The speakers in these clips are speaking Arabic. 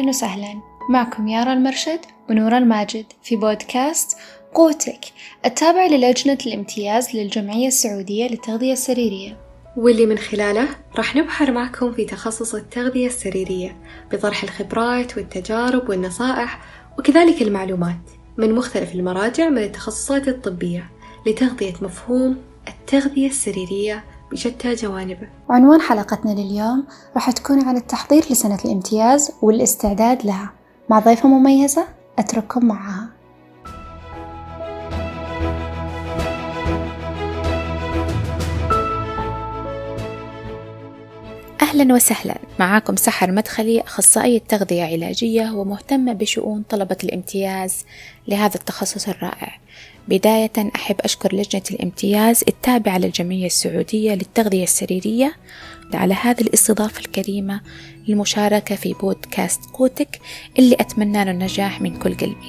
أهلا وسهلا، معكم يارا المرشد ونورا الماجد في بودكاست قوتك التابع للجنة الامتياز للجمعية السعودية للتغذية السريرية، واللي من خلاله راح نبحر معكم في تخصص التغذية السريرية بطرح الخبرات والتجارب والنصائح وكذلك المعلومات من مختلف المراجع من التخصصات الطبية لتغطية مفهوم التغذية السريرية بشتى جوانبه. وعنوان حلقتنا لليوم راح تكون عن التحضير لسنة الامتياز والاستعداد لها مع ضيفة مميزة أترككم معها. أهلا وسهلا، معاكم سحر مدخلي، أخصائية تغذية علاجية ومهتمة بشؤون طلبة الامتياز لهذا التخصص الرائع. بداية أحب أشكر لجنة الامتياز التابعة للجمعية السعودية للتغذية السريرية على هذه الاستضافة الكريمة للمشاركة في بودكاست قوتك اللي أتمنى له النجاح من كل قلبي.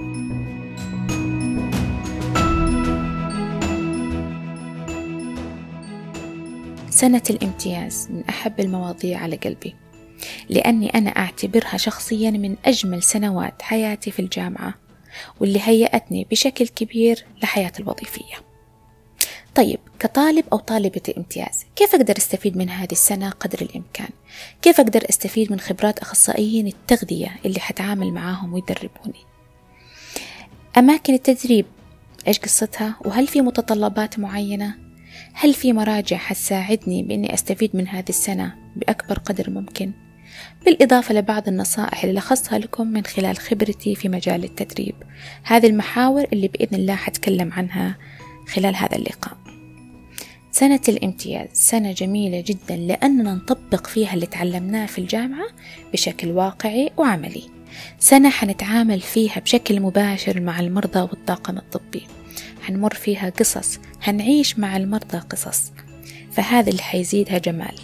سنة الامتياز من أحب المواضيع على قلبي، لأني أنا أعتبرها شخصيا من أجمل سنوات حياتي في الجامعة، واللي هيأتني بشكل كبير لحياتي الوظيفية. طيب، كطالب أو طالبة امتياز، كيف أقدر أستفيد من هذه السنة قدر الإمكان؟ كيف أقدر أستفيد من خبرات أخصائيين التغذية اللي حتعامل معاهم ويدربوني؟ أماكن التدريب إيش قصتها؟ وهل في متطلبات معينة؟ هل في مراجع حتساعدني بإني أستفيد من هذه السنة بأكبر قدر ممكن؟ بالإضافة لبعض النصائح اللي لخصتها لكم من خلال خبرتي في مجال التدريب. هذه المحاور اللي بإذن الله حتكلم عنها خلال هذا اللقاء. سنة الامتياز سنة جميلة جدا لأننا نطبق فيها اللي تعلمناه في الجامعة بشكل واقعي وعملي. سنة حنتعامل فيها بشكل مباشر مع المرضى والطاقم الطبي، هنمر فيها قصص، هنعيش مع المرضى قصص، فهذا اللي حيزيدها جمال.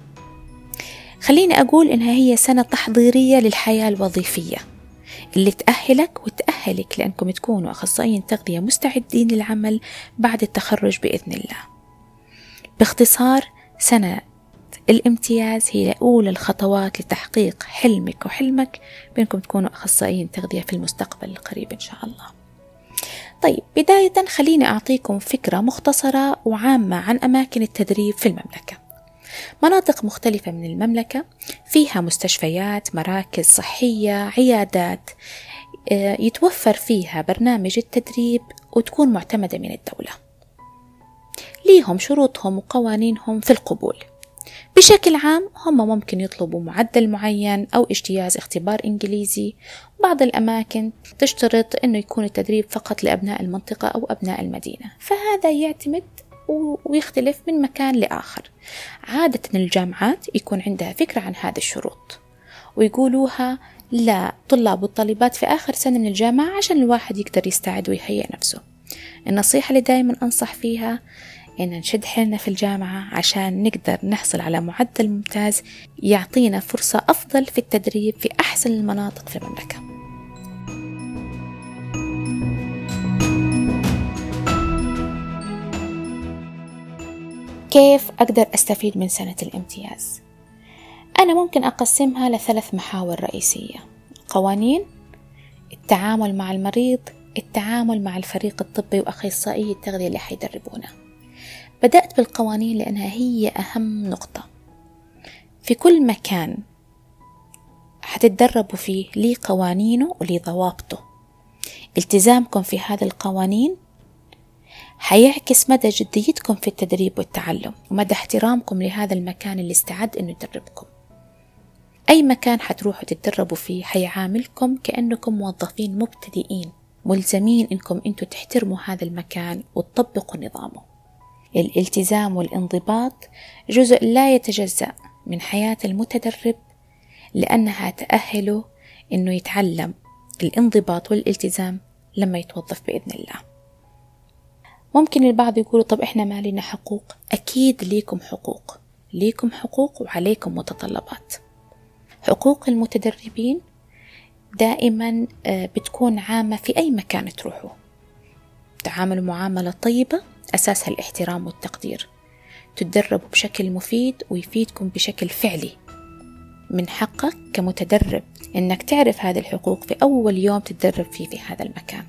خليني أقول إنها هي سنة تحضيرية للحياة الوظيفية اللي تأهلك وتأهلك لأنكم تكونوا أخصائيين تغذية مستعدين للعمل بعد التخرج بإذن الله. باختصار، سنة الامتياز هي أولى الخطوات لتحقيق حلمك وحلمك بأنكم تكونوا أخصائيين تغذية في المستقبل القريب إن شاء الله. طيب، بداية خليني أعطيكم فكرة مختصرة وعامة عن أماكن التدريب في المملكة. مناطق مختلفة من المملكة فيها مستشفيات، مراكز صحية، عيادات يتوفر فيها برنامج التدريب وتكون معتمدة من الدولة. ليهم شروطهم وقوانينهم في القبول. بشكل عام هم ممكن يطلبوا معدل معين أو اجتياز اختبار إنجليزي. بعض الأماكن تشترط أنه يكون التدريب فقط لأبناء المنطقة أو أبناء المدينة، فهذا يعتمد ويختلف من مكان لآخر. عادة الجامعات يكون عندها فكرة عن هذه الشروط ويقولوها لطلاب والطالبات في آخر سنة من الجامعة عشان الواحد يقدر يستعد ويهيئ نفسه. النصيحة اللي دائما أنصح فيها إن نشد حيلنا في الجامعة عشان نقدر نحصل على معدل ممتاز يعطينا فرصة أفضل في التدريب في أحسن المناطق في المملكة. كيف أقدر أستفيد من سنة الامتياز؟ أنا ممكن أقسمها لثلاث محاور رئيسية: قوانين، التعامل مع المريض، التعامل مع الفريق الطبي وأخصائي التغذية اللي حيدربونا. بدأت بالقوانين لأنها هي أهم نقطة. في كل مكان حتتدربوا فيه ليه قوانينه وليه ضوابطه. التزامكم في هذه القوانين حيعكس مدى جديتكم في التدريب والتعلم ومدى احترامكم لهذا المكان اللي استعد أنه يدربكم. أي مكان حتروحوا تتدربوا فيه حيعاملكم كأنكم موظفين مبتدئين، ملزمين أنكم أنتوا تحترموا هذا المكان وتطبقوا نظامه. الالتزام والانضباط جزء لا يتجزأ من حياة المتدرب، لأنها تأهله أنه يتعلم الانضباط والالتزام لما يتوظف بإذن الله. ممكن البعض يقولوا طب إحنا ما لنا حقوق؟ أكيد ليكم حقوق، ليكم حقوق وعليكم متطلبات. حقوق المتدربين دائما بتكون عامة في أي مكان تروحوا. تعاملوا معاملة طيبة أساسها الاحترام والتقدير، تتدربوا بشكل مفيد ويفيدكم بشكل فعلي، من حقك كمتدرب إنك تعرف هذه الحقوق في أول يوم تتدرب فيه في هذا المكان.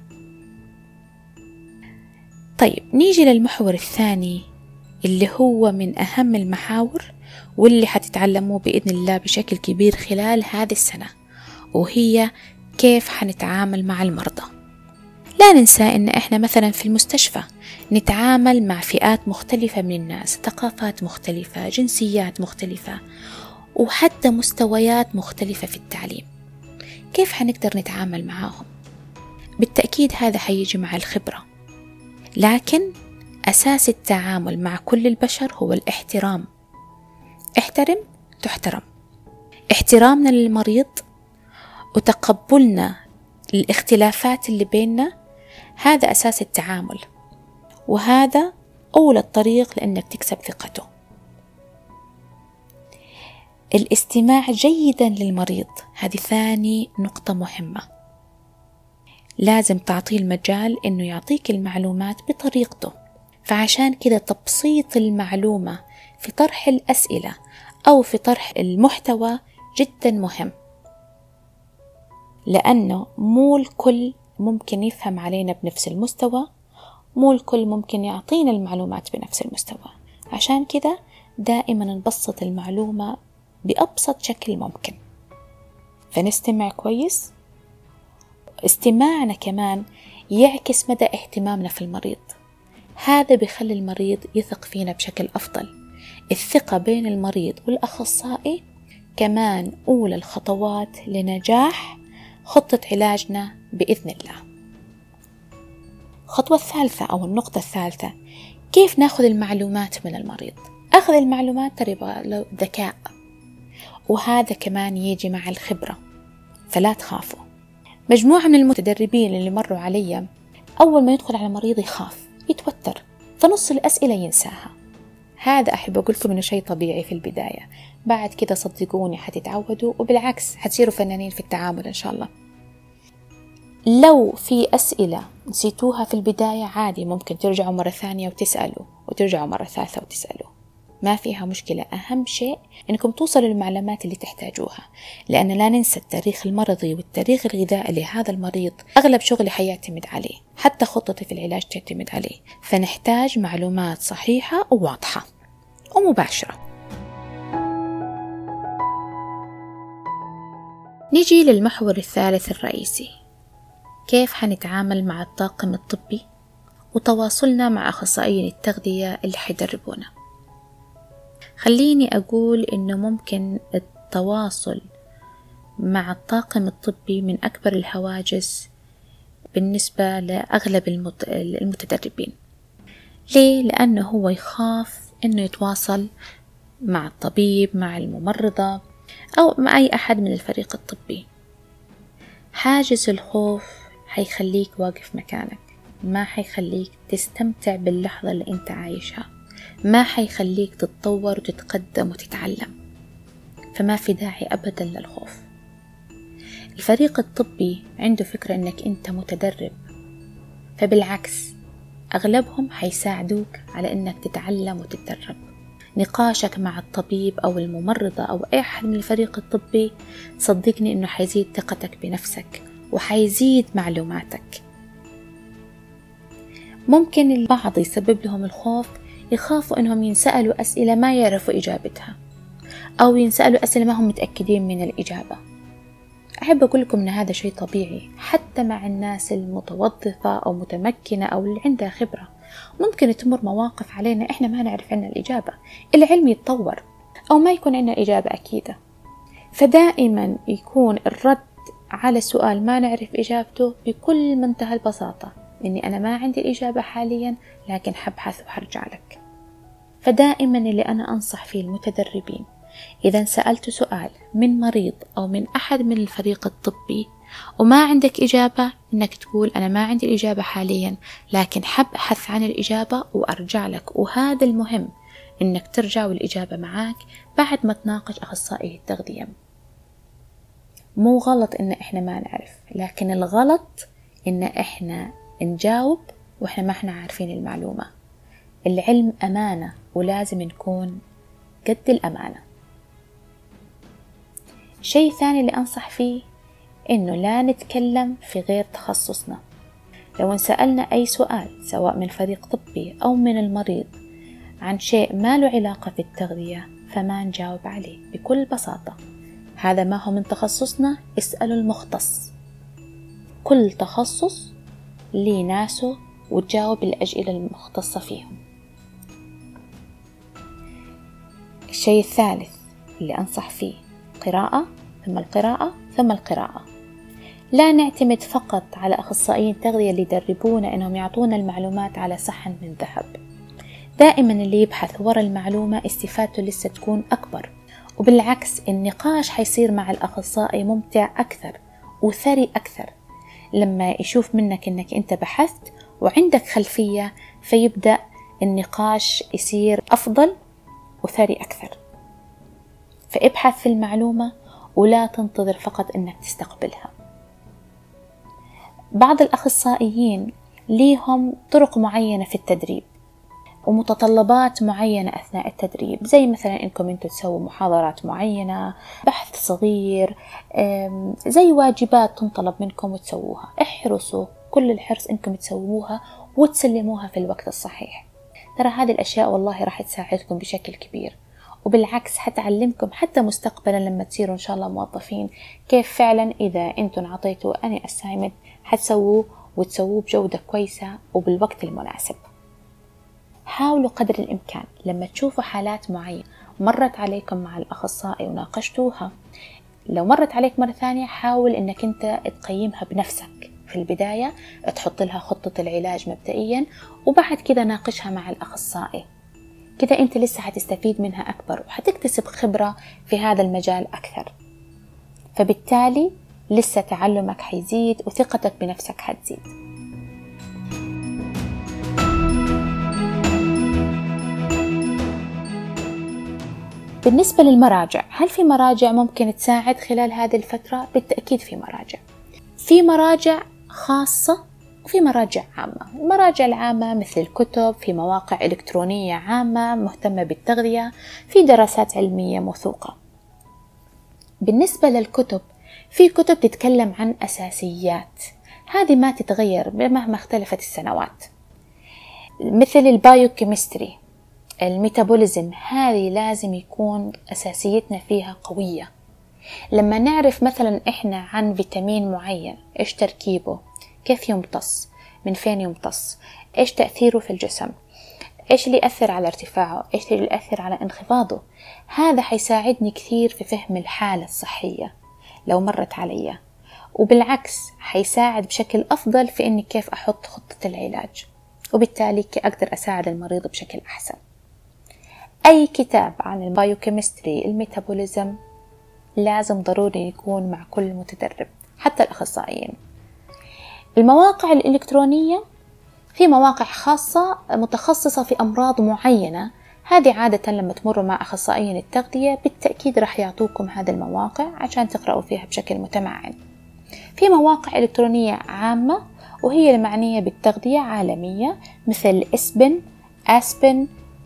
طيب نيجي للمحور الثاني اللي هو من أهم المحاور واللي حتتعلموه بإذن الله بشكل كبير خلال هذه السنة، وهي كيف حنتعامل مع المرضى. لا ننسى إن إحنا مثلا في المستشفى نتعامل مع فئات مختلفة من الناس، ثقافات مختلفة، جنسيات مختلفة، وحتى مستويات مختلفة في التعليم. كيف حنقدر نتعامل معاهم؟ بالتأكيد هذا حيجي مع الخبرة، لكن أساس التعامل مع كل البشر هو الاحترام. احترم تحترم. احترامنا للمريض وتقبلنا الاختلافات اللي بيننا، هذا أساس التعامل، وهذا أول الطريق لأنك تكسب ثقته. الاستماع جيدا للمريض، هذه ثاني نقطة مهمة. لازم تعطيه المجال إنه يعطيك المعلومات بطريقته، فعشان كده تبسيط المعلومة في طرح الأسئلة أو في طرح المحتوى جدا مهم، لأنه مو الكل ممكن يفهم علينا بنفس المستوى، مو الكل ممكن يعطينا المعلومات بنفس المستوى. عشان كده دائما نبسط المعلومة بأبسط شكل ممكن، فنستمع كويس. استماعنا كمان يعكس مدى اهتمامنا في المريض، هذا بيخلي المريض يثق فينا بشكل أفضل. الثقة بين المريض والأخصائي كمان أولى الخطوات لنجاح خطة علاجنا بإذن الله. الخطوة الثالثة أو النقطة الثالثة، كيف ناخذ المعلومات من المريض؟ أخذ المعلومات ترى له ذكاء، وهذا كمان يجي مع الخبرة، فلا تخافوا. مجموعة من المتدربين اللي مروا علي أول ما يدخل على مريض يخاف يتوتر، فنص الأسئلة ينساها. هذا أحب أقول لكم إنه شيء طبيعي في البداية، بعد كده صدقوني حتتعودوا، وبالعكس حتصيروا فنانين في التعامل إن شاء الله. لو في أسئلة نسيتوها في البداية عادي، ممكن ترجعوا مرة ثانية وتسألوا، وترجعوا مرة ثالثة وتسألوا، ما فيها مشكلة. أهم شيء إنكم توصلوا للمعلومات اللي تحتاجوها، لأن لا ننسى التاريخ المرضي والتاريخ الغذائي لهذا المريض أغلب شغلي حيعتمد عليه، حتى خطتي في العلاج تعتمد عليه، فنحتاج معلومات صحيحة وواضحة ومباشرة. نيجي للمحور الثالث الرئيسي، كيف حنتعامل مع الطاقم الطبي وتواصلنا مع أخصائيين التغذية اللي حيدربونا. خليني أقول إنه ممكن التواصل مع الطاقم الطبي من أكبر الهواجس بالنسبة لأغلب المتدربين. ليه؟ لأنه هو يخاف إنه يتواصل مع الطبيب، مع الممرضة، أو مع أي أحد من الفريق الطبي. حاجز الخوف حيخليك واقف مكانك، ما حيخليك تستمتع باللحظة اللي أنت عايشها، ما حيخليك تتطور وتتقدم وتتعلم، فما في داعي أبدا للخوف. الفريق الطبي عنده فكرة أنك أنت متدرب، فبالعكس أغلبهم حيساعدوك على أنك تتعلم وتتدرب. نقاشك مع الطبيب أو الممرضة أو أي أحد من الفريق الطبي صدقني أنه حيزيد ثقتك بنفسك وحيزيد معلوماتك. ممكن البعض يسبب لهم الخوف، يخافوا أنهم ينسألوا أسئلة ما يعرفوا إجابتها، أو ينسألوا أسئلة ما هم متأكدين من الإجابة. أحب أقول لكم أن هذا شيء طبيعي حتى مع الناس المتوظفة أو متمكنة أو اللي عندها خبرة. ممكن تمر مواقف علينا إحنا ما نعرف عنها الإجابة، العلم يتطور أو ما يكون عندنا إجابة أكيدة. فدائما يكون الرد على سؤال ما نعرف إجابته بكل منتهى البساطة، إني أنا ما عندي الإجابة حاليا لكن حبحث وحرجع لك. فدائما اللي أنا أنصح فيه المتدربين، إذا سألت سؤال من مريض أو من أحد من الفريق الطبي وما عندك إجابة، إنك تقول أنا ما عندي الإجابة حاليا لكن حبحث عن الإجابة وأرجع لك. وهذا المهم، إنك ترجع والإجابة معاك بعد ما تناقش أخصائي التغذية. مو غلط إن إحنا ما نعرف، لكن الغلط إن إحنا نجاوب وإحنا ما إحنا عارفين المعلومة. العلم أمانة ولازم نكون قد الأمانة. شيء ثاني اللي أنصح فيه إنه لا نتكلم في غير تخصصنا. لو انسألنا أي سؤال سواء من فريق طبي أو من المريض عن شيء ما له علاقة في التغذية فما نجاوب عليه بكل بساطة. هذا ما هو من تخصصنا، اسألوا المختص. كل تخصص ليه ناسه وتجاوب الأسئلة المختصة فيهم. الشيء الثالث اللي أنصح فيه قراءة ثم القراءة ثم القراءة. لا نعتمد فقط على أخصائيين التغذية اللي يدربونا إنهم يعطونا المعلومات على صحن من ذهب. دائما اللي يبحث وراء المعلومة استفادته لسه تكون أكبر، وبالعكس النقاش حيصير مع الأخصائي ممتع أكثر وثري أكثر لما يشوف منك إنك أنت بحثت وعندك خلفية، فيبدأ النقاش يصير أفضل وثري أكثر. فابحث في المعلومة ولا تنتظر فقط إنك تستقبلها. بعض الأخصائيين ليهم طرق معينة في التدريب ومتطلبات معينة أثناء التدريب، زي مثلا إنكم أنتوا تسووا محاضرات معينة، بحث صغير، زي واجبات تنطلب منكم وتسووها. احرصوا كل الحرص إنكم تسووها وتسلموها في الوقت الصحيح. ترى هذه الأشياء والله راح تساعدكم بشكل كبير، وبالعكس حتعلمكم حتى مستقبلا لما تصيروا إن شاء الله موظفين كيف فعلا إذا أنتم عطيتوا أني أسايمنت حتسووه وتسووه بجودة كويسة وبالوقت المناسب. حاولوا قدر الإمكان لما تشوفوا حالات معينة مرت عليكم مع الأخصائي وناقشتوها، لو مرت عليك مرة ثانية حاول إنك أنت تقيمها بنفسك في البداية، تحط لها خطة العلاج مبدئيا، وبعد كده ناقشها مع الأخصائي. كده أنت لسه هتستفيد منها أكبر وحتكتسب خبرة في هذا المجال أكثر، فبالتالي لسه تعلمك حيزيد وثقتك بنفسك حتزيد. بالنسبة للمراجع، هل في مراجع ممكن تساعد خلال هذه الفترة؟ بالتأكيد في مراجع. في مراجع خاصة وفي مراجع عامة. المراجع العامة مثل الكتب، في مواقع إلكترونية عامة مهتمة بالتغذية، في دراسات علمية موثوقة. بالنسبة للكتب، في كتب تتكلم عن أساسيات، هذه ما تتغير مهما اختلفت السنوات، مثل البايوكيمستري، الميتابوليزم، هذه لازم يكون أساسيتنا فيها قوية. لما نعرف مثلا إحنا عن فيتامين معين، إيش تركيبه، كيف يمتص، من فين يمتص، إيش تأثيره في الجسم، إيش اللي يأثر على ارتفاعه، إيش اللي يأثر على انخفاضه، هذا حيساعدني كثير في فهم الحالة الصحية لو مرت علي، وبالعكس حيساعد بشكل أفضل في إني كيف أحط خطة العلاج، وبالتالي أقدر أساعد المريض بشكل أحسن. أي كتاب عن البايوكيمستري، الميتابوليزم، لازم ضروري يكون مع كل متدرب حتى الأخصائيين. المواقع الإلكترونية، في مواقع خاصة متخصصة في أمراض معينة، هذه عادة لما تمروا مع أخصائيين التغذية بالتأكيد راح يعطوكم هذه المواقع عشان تقرأوا فيها بشكل متمعن. في مواقع إلكترونية عامة وهي المعنية بالتغذية عالمية، مثل أسبن،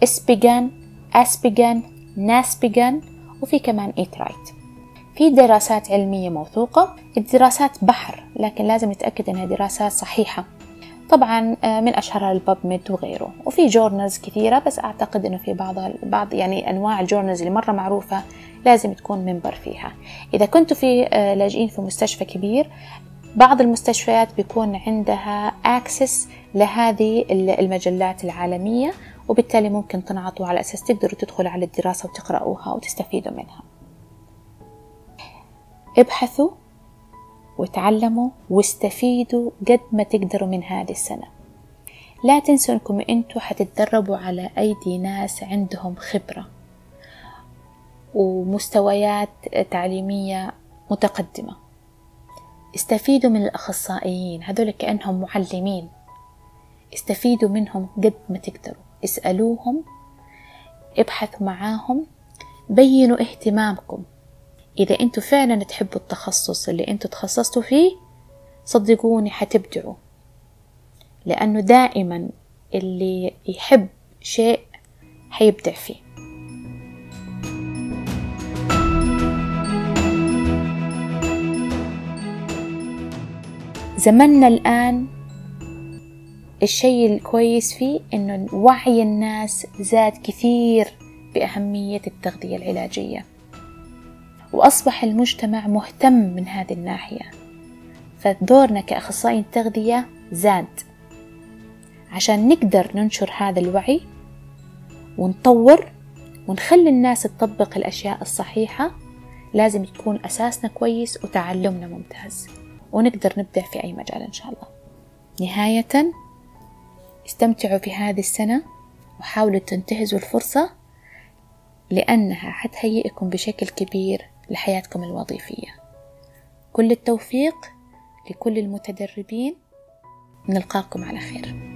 أسبيجان، ناسبيجان، وفي كمان إيت رايت. في دراسات علمية موثوقة، الدراسات بحر لكن لازم نتأكد أنها دراسات صحيحة، طبعا من أشهرها البابميد وغيره، وفي جورنالز كثيرة، بس أعتقد أنه في بعض يعني أنواع الجورنالز اللي مرة معروفة لازم تكون منبر فيها. إذا كنتوا في لاجئين في مستشفى كبير، بعض المستشفيات بيكون عندها access لهذه المجلات العالمية، وبالتالي ممكن تنعطوا على أساس تقدروا تدخلوا على الدراسة وتقرأوها وتستفيدوا منها. ابحثوا وتعلموا واستفيدوا قد ما تقدروا من هذه السنة. لا تنسوا أنكم أنتوا حتتدربوا على أيدي ناس عندهم خبرة ومستويات تعليمية متقدمة. استفيدوا من الأخصائيين هذول كأنهم معلمين، استفيدوا منهم قد ما تقدروا، اسألوهم، ابحثوا معاهم، بينوا اهتمامكم. إذا أنتوا فعلا تحبوا التخصص اللي أنتوا تخصصتوا فيه، صدقوني حتبدعوا، لأنه دائما اللي يحب شيء حيبدع فيه. زمننا الآن الشيء الكويس فيه إنه وعي الناس زاد كثير بأهمية التغذية العلاجية، وأصبح المجتمع مهتم من هذه الناحية، فدورنا كأخصائي تغذية زاد عشان نقدر ننشر هذا الوعي ونطور ونخلي الناس تطبق الأشياء الصحيحة. لازم يكون أساسنا كويس وتعلمنا ممتاز، ونقدر نبدع في أي مجال إن شاء الله. نهاية، استمتعوا في هذه السنة وحاولوا تنتهزوا الفرصة، لأنها حتهيئكم بشكل كبير لحياتكم الوظيفية. كل التوفيق لكل المتدربين، نلقاكم على خير.